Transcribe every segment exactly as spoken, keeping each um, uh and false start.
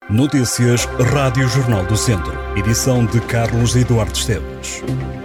Notícias Rádio Jornal do Centro. Edição de Carlos Eduardo Esteves.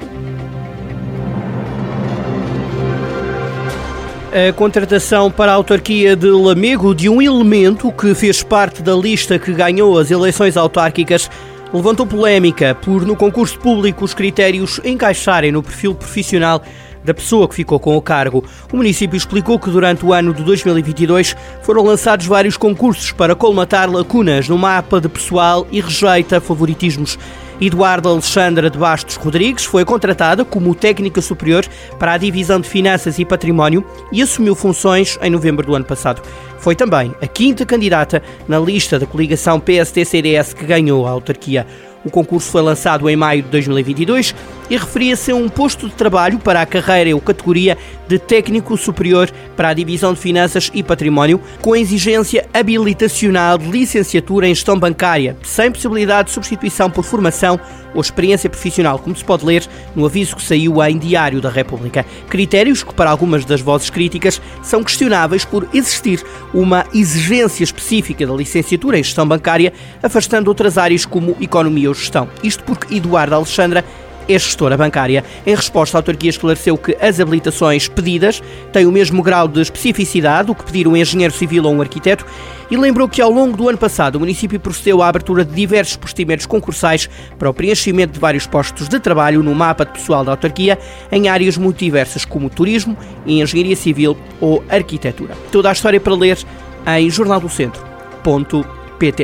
A contratação para a autarquia de Lamego de um elemento que fez parte da lista que ganhou as eleições autárquicas levantou polémica por, no concurso público, os critérios encaixarem no perfil profissional da pessoa que ficou com o cargo. O município explicou que durante o ano de dois mil e vinte e dois foram lançados vários concursos para colmatar lacunas no mapa de pessoal e rejeita favoritismos. Eduardo Alexandra de Bastos Rodrigues foi contratada como técnica superior para a divisão de Finanças e Património e assumiu funções em novembro do ano passado. Foi também a quinta candidata na lista da coligação P S D C D S que ganhou a autarquia. O concurso foi lançado em maio de dois mil e vinte e dois e referia-se a um posto de trabalho para a carreira ou categoria de técnico superior para a divisão de Finanças e Património, com exigência habilitacional de licenciatura em gestão bancária, sem possibilidade de substituição por formação ou experiência profissional, como se pode ler no aviso que saiu em Diário da República. Critérios que, para algumas das vozes críticas, são questionáveis por existir uma exigência específica da licenciatura em gestão bancária, afastando outras áreas como economia ou gestão. Isto porque Eduardo Alexandra é gestora bancária. Em resposta, a autarquia esclareceu que as habilitações pedidas têm o mesmo grau de especificidade do que pedir um engenheiro civil ou um arquiteto e lembrou que ao longo do ano passado o município procedeu à abertura de diversos procedimentos concursais para o preenchimento de vários postos de trabalho no mapa de pessoal da autarquia em áreas muito diversas como turismo, engenharia civil ou arquitetura. Toda a história para ler em jornal do centro ponto pt.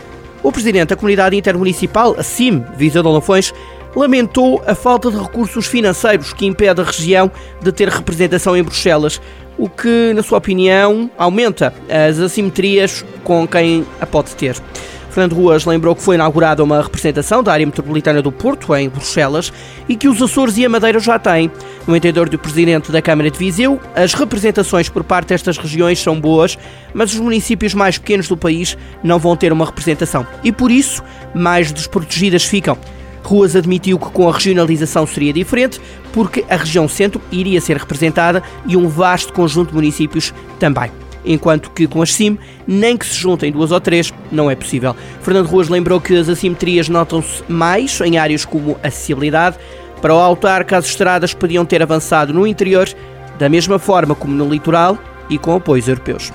O presidente da Comunidade Intermunicipal, a C I M, Viseu de Lafões, lamentou a falta de recursos financeiros que impede a região de ter representação em Bruxelas, o que, na sua opinião, aumenta as assimetrias com quem a pode ter. Fernando Ruas lembrou que foi inaugurada uma representação da área metropolitana do Porto, em Bruxelas, e que os Açores e a Madeira já têm. No entender do presidente da Câmara de Viseu, as representações por parte destas regiões são boas, mas os municípios mais pequenos do país não vão ter uma representação e, por isso, mais desprotegidas ficam. Ruas admitiu que com a regionalização seria diferente, porque a região centro iria ser representada e um vasto conjunto de municípios também. Enquanto que com as C I M, nem que se juntem duas ou três, não é possível. Fernando Ruas lembrou que as assimetrias notam-se mais em áreas como a acessibilidade. Para o autarca, as estradas podiam ter avançado no interior, da mesma forma como no litoral e com apoios europeus.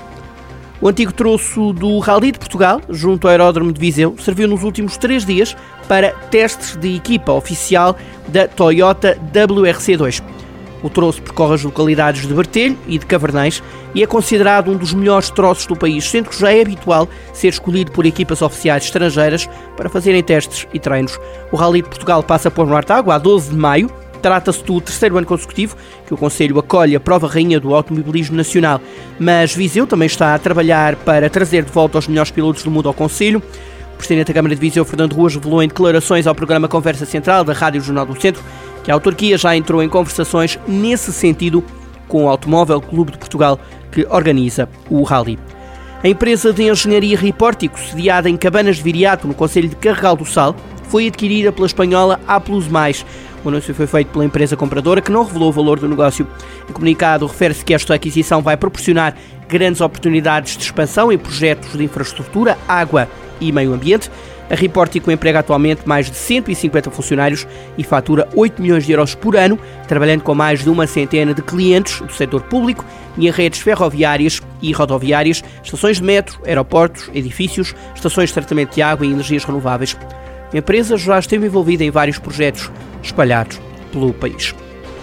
O antigo troço do Rally de Portugal, junto ao aeródromo de Viseu, serviu nos últimos três dias para testes de equipa oficial da Toyota W R C dois. O troço percorre as localidades de Bertelho e de Cavernães e é considerado um dos melhores troços do país, sendo que já é habitual ser escolhido por equipas oficiais estrangeiras para fazerem testes e treinos. O Rally de Portugal passa por Mortágua a doze de maio. Trata-se do terceiro ano consecutivo que o Conselho acolhe a prova rainha do automobilismo nacional. Mas Viseu também está a trabalhar para trazer de volta os melhores pilotos do mundo ao Conselho. O presidente da Câmara de Viseu, Fernando Ruas, revelou em declarações ao programa Conversa Central da Rádio Jornal do Centro que a autarquia já entrou em conversações nesse sentido com o Automóvel Clube de Portugal, que organiza o Rally. A empresa de engenharia Ripórtico, sediada em Cabanas de Viriato, no concelho de Carregal do Sal, foi adquirida pela espanhola A Plus Mais. O anúncio foi feito pela empresa compradora, que não revelou o valor do negócio. Em comunicado, refere-se que esta aquisição vai proporcionar grandes oportunidades de expansão em projetos de infraestrutura, água e meio ambiente. A Ripórtico emprega atualmente mais de cento e cinquenta funcionários e fatura oito milhões de euros por ano, trabalhando com mais de uma centena de clientes do setor público e em redes ferroviárias e rodoviárias, estações de metro, aeroportos, edifícios, estações de tratamento de água e energias renováveis. A empresa já esteve envolvida em vários projetos espalhados pelo país.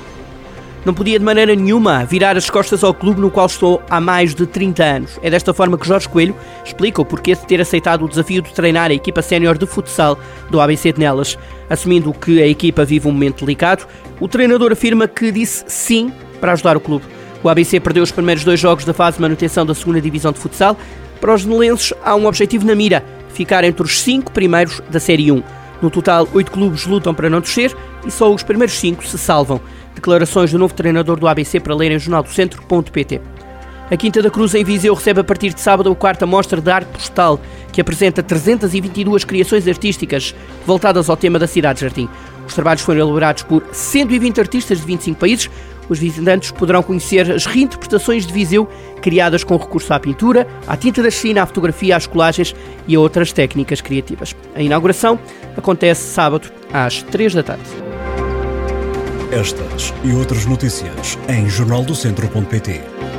Não podia de maneira nenhuma virar as costas ao clube no qual estou há mais de trinta anos. É desta forma que Jorge Coelho explica o porquê de ter aceitado o desafio de treinar a equipa sénior de futsal do A B C de Nelas. Assumindo que a equipa vive um momento delicado, o treinador afirma que disse sim para ajudar o clube. O A B C perdeu os primeiros dois jogos da fase de manutenção da segunda divisão de futsal. Para os nelenses há um objetivo na mira: ficar entre os cinco primeiros da Série um. No total, oito clubes lutam para não descer e só os primeiros cinco se salvam. Declarações do novo treinador do A B C para ler em jornal do centro ponto pt. A Quinta da Cruz, em Viseu, recebe a partir de sábado a quarta mostra de arte postal, que apresenta trezentas e vinte e duas criações artísticas voltadas ao tema da cidade-jardim. Os trabalhos foram elaborados por cento e vinte artistas de vinte e cinco países. os visitantes poderão conhecer as reinterpretações de Viseu criadas com recurso à pintura, à tinta da China, à fotografia, às colagens e a outras técnicas criativas. A inauguração acontece sábado às três da tarde. Estas e outras notícias em jornal do centro ponto pt.